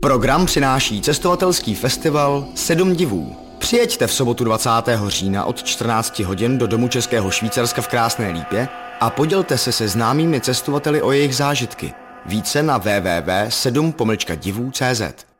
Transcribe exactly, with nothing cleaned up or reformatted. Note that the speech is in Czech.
Program přináší cestovatelský festival Sedm divů. Přijeďte v sobotu dvacátého října od čtrnácti hodin do Domu Českého Švýcarska v Krásné Lípě a podělte se se známými cestovateli o jejich zážitky. Více na w w w tečka sedm pomlčka divů tečka cz.